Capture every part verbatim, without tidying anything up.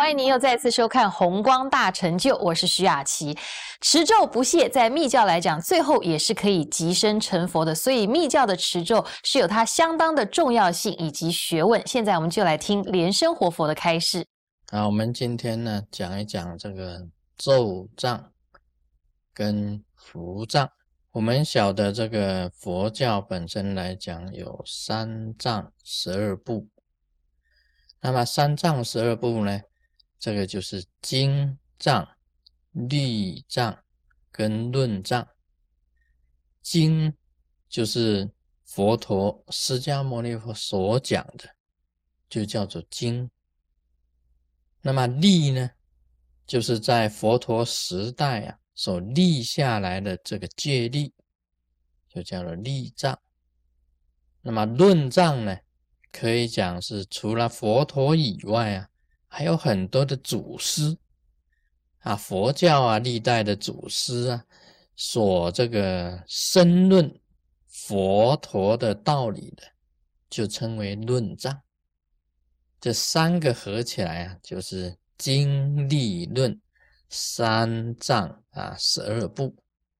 欢迎您又再次收看《弘光大成就》，我是徐雅琪。持咒不懈，在密教来讲，最后也是可以即身成佛的，所以密教的持咒是有它相当的重要性以及学问。现在我们就来听莲生活佛的开示。 好，我们今天呢讲一讲这个咒藏跟符藏。我们晓得这个佛教本身来讲有三藏十二部，那么三藏十二部呢，这个就是经藏、律藏跟论藏。经就是佛陀释迦牟尼佛所讲的，就叫做经。那么律呢，就是在佛陀时代啊所立下来的这个戒律，就叫做律藏。那么论藏呢，可以讲是除了佛陀以外啊，还有很多的祖师啊，佛教啊历代的祖师啊，所这个深论佛陀的道理的，就称为论藏。这三个合起来啊，就是经律论三藏啊十二部。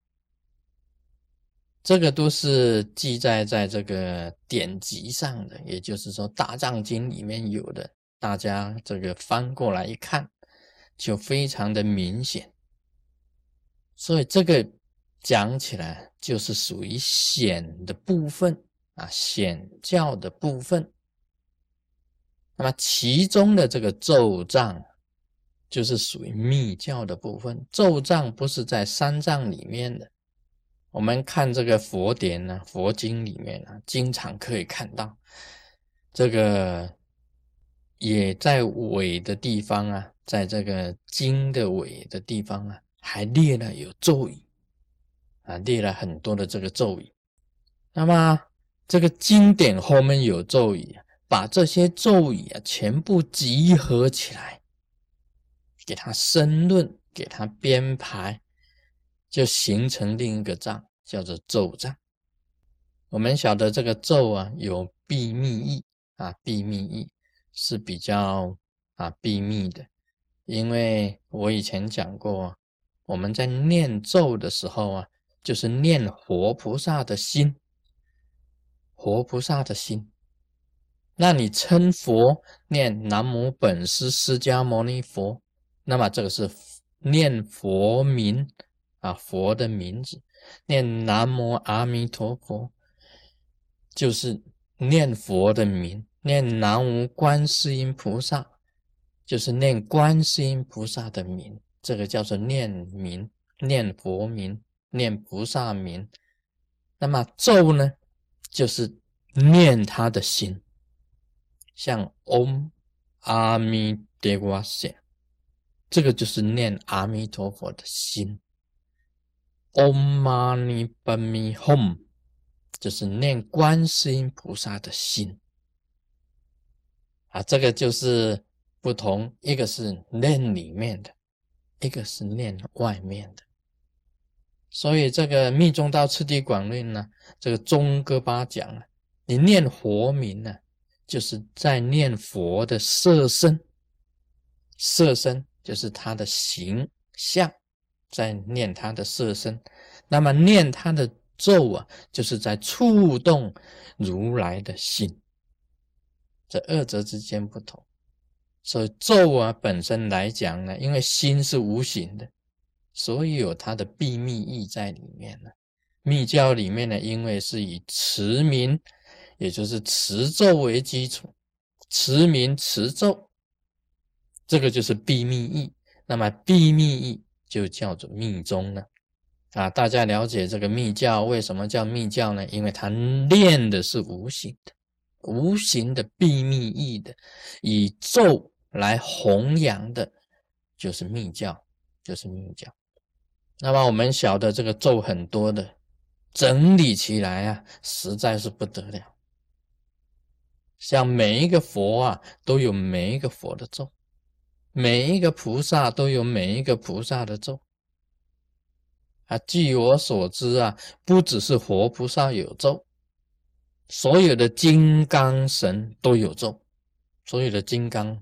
这个都是记载在这个典籍上的，也就是说大藏经里面有的，大家这个翻过来一看就非常的明显。所以这个讲起来就是属于显的部分啊，显教的部分。那么其中的这个咒藏就是属于密教的部分，咒藏不是在三藏里面的。我们看这个佛典呢、佛经里面啊，经常可以看到这个也在尾的地方啊，在这个经的尾的地方啊，还列了有咒语啊，列了很多的这个咒语。那么这个经典后面有咒语啊，把这些咒语啊全部集合起来，给它申论，给它编排，就形成另一个藏，叫做咒藏。我们晓得这个咒啊有秘密义啊，秘密义是比较啊秘密的，因为我以前讲过，我们在念咒的时候啊，就是念活菩萨的心，活菩萨的心。那你称佛念南无本师释迦牟尼佛，那么这个是念佛名啊，佛的名字。念南无阿弥陀佛就是念佛的名，念南无观世音菩萨就是念观世音菩萨的名，这个叫做念名，念佛名，念菩萨名。那么咒呢，就是念他的心，像 Om 阿弥陀佛，这个就是念阿弥陀佛的心。Om Mani Padme Hum 就是念观世音菩萨的心啊，这个就是不同，一个是念里面的，一个是念外面的。所以这个密宗道次第广论呢，这个宗喀巴讲啊，你念佛名呢，就是在念佛的色身，色身就是他的形象，在念他的色身。那么念他的咒啊，就是在触动如来的心，这二者之间不同。所以咒啊本身来讲呢，因为心是无形的，所以有它的秘密意在里面呢。密教里面呢，因为是以持名，也就是持咒为基础，持名持咒，这个就是秘密意。那么秘密意就叫做密宗了啊。大家了解这个密教为什么叫密教呢？因为它练的是无形的，无形的秘密意的，以咒来弘扬的，就是密教，就是密教。那么我们晓得这个咒很多的，整理起来啊，实在是不得了。像每一个佛啊，都有每一个佛的咒，每一个菩萨都有每一个菩萨的咒啊。据我所知啊，不只是活菩萨有咒，所有的金刚神都有咒，所有的金刚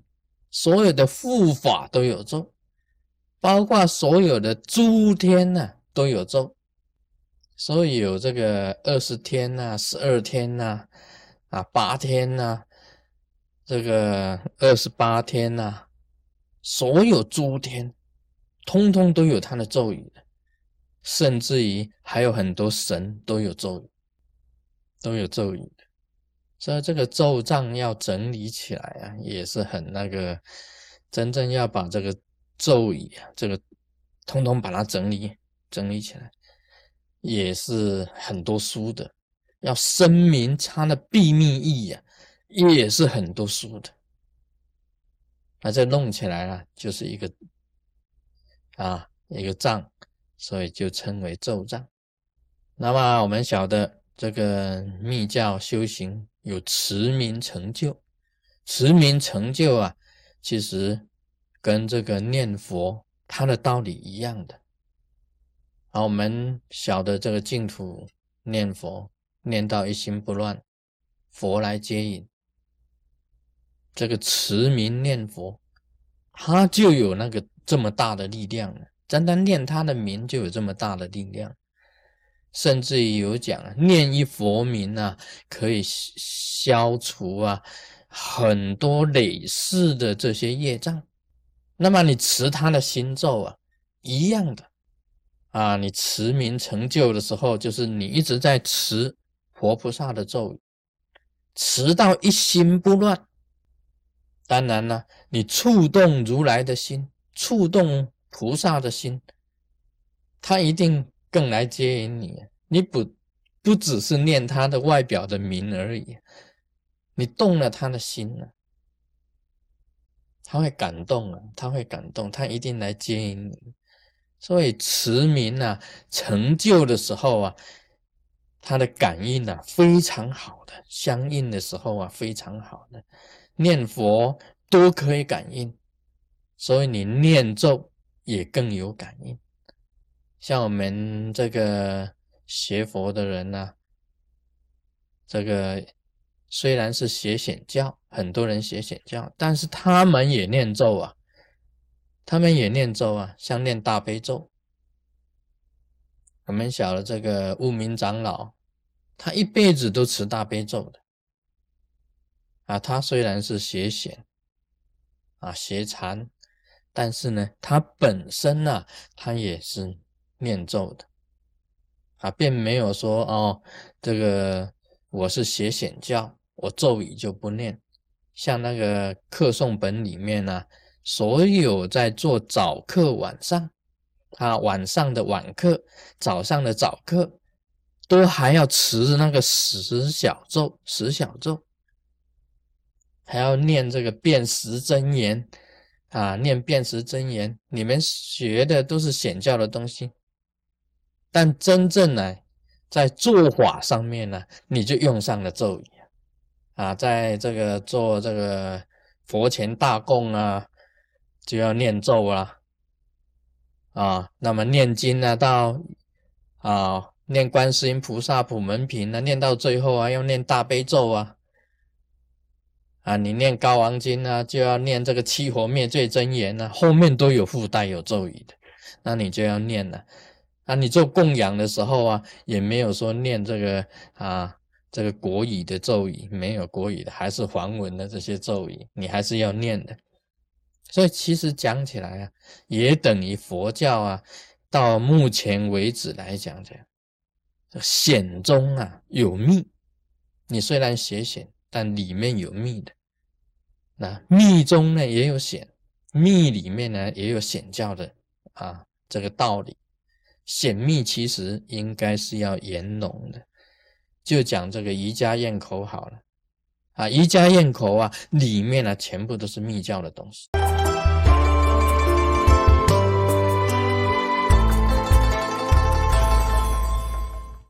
所有的护法都有咒，包括所有的诸天啊都有咒。所以有这个二十天呐、啊、十二天呐、啊、啊八天呐、啊、这个二十八天呐、啊，所有诸天通通都有它的咒语的，甚至于还有很多神都有咒语，都有咒语的。所以这个咒藏要整理起来啊，也是很那个，真正要把这个咒语啊，这个通通把它整理整理起来，也是很多书的。要声明它的秘密意啊，也是很多书的。那这弄起来了，就是一个啊一个藏，所以就称为咒藏。那么我们晓得这个密教修行有持名成就，持名成就啊，其实跟这个念佛它的道理一样的。好，我们晓得这个净土念佛，念到一心不乱，佛来接引。这个持名念佛，它就有那个这么大的力量了。单单念他的名就有这么大的力量。甚至于有讲念一佛名啊，可以消除啊很多累世的这些业障。那么你持他的心咒啊，一样的啊，你持名成就的时候，就是你一直在持佛菩萨的咒语，持到一心不乱。当然了，你触动如来的心，触动菩萨的心，他一定更来接引你。你不不只是念他的外表的名而已，你动了他的心了，他会感动啊，他会感动，他一定来接引你。所以持名啊，成就的时候啊，他的感应啊非常好的，相应的时候啊非常好的，念佛都可以感应，所以你念咒也更有感应。像我们这个学佛的人啊，这个虽然是学显教，很多人学显教，但是他们也念咒啊，他们也念咒啊，像念大悲咒。我们晓得这个悟明长老，他一辈子都持大悲咒的啊。他虽然是学显啊学禅，但是呢，他本身呢、啊，他也是念咒的啊，并没有说哦，这个我是学显教，我咒语就不念。像那个课诵本里面呢、啊，所有在做早课晚上。他晚上的晚课，早上的早课，都还要持那个十小咒，十小咒，还要念这个辨识真言啊，念辨识真言。你们学的都是显教的东西，但真正呢，在做法上面呢，你就用上了咒语啊，在这个做这个佛前大供啊，就要念咒啊。啊，那么念经呢，到啊念观世音菩萨普门品呢，念到最后啊，要念大悲咒啊。啊，你念高王经呢，就要念这个七佛灭罪真言啊，后面都有附带有咒语的，那你就要念了。啊，你做供养的时候啊，也没有说念这个啊这个国语的咒语，没有国语的，还是梵文的这些咒语，你还是要念的。所以其实讲起来啊，也等于佛教啊，到目前为止来讲这样，显中啊有密。你虽然学显，但里面有密的。那密中呢也有显，密里面呢也有显教的啊这个道理。显密其实应该是要圆融的。就讲这个瑜伽咽口好了啊，瑜伽咽口啊，里面呢全部都是密教的东西。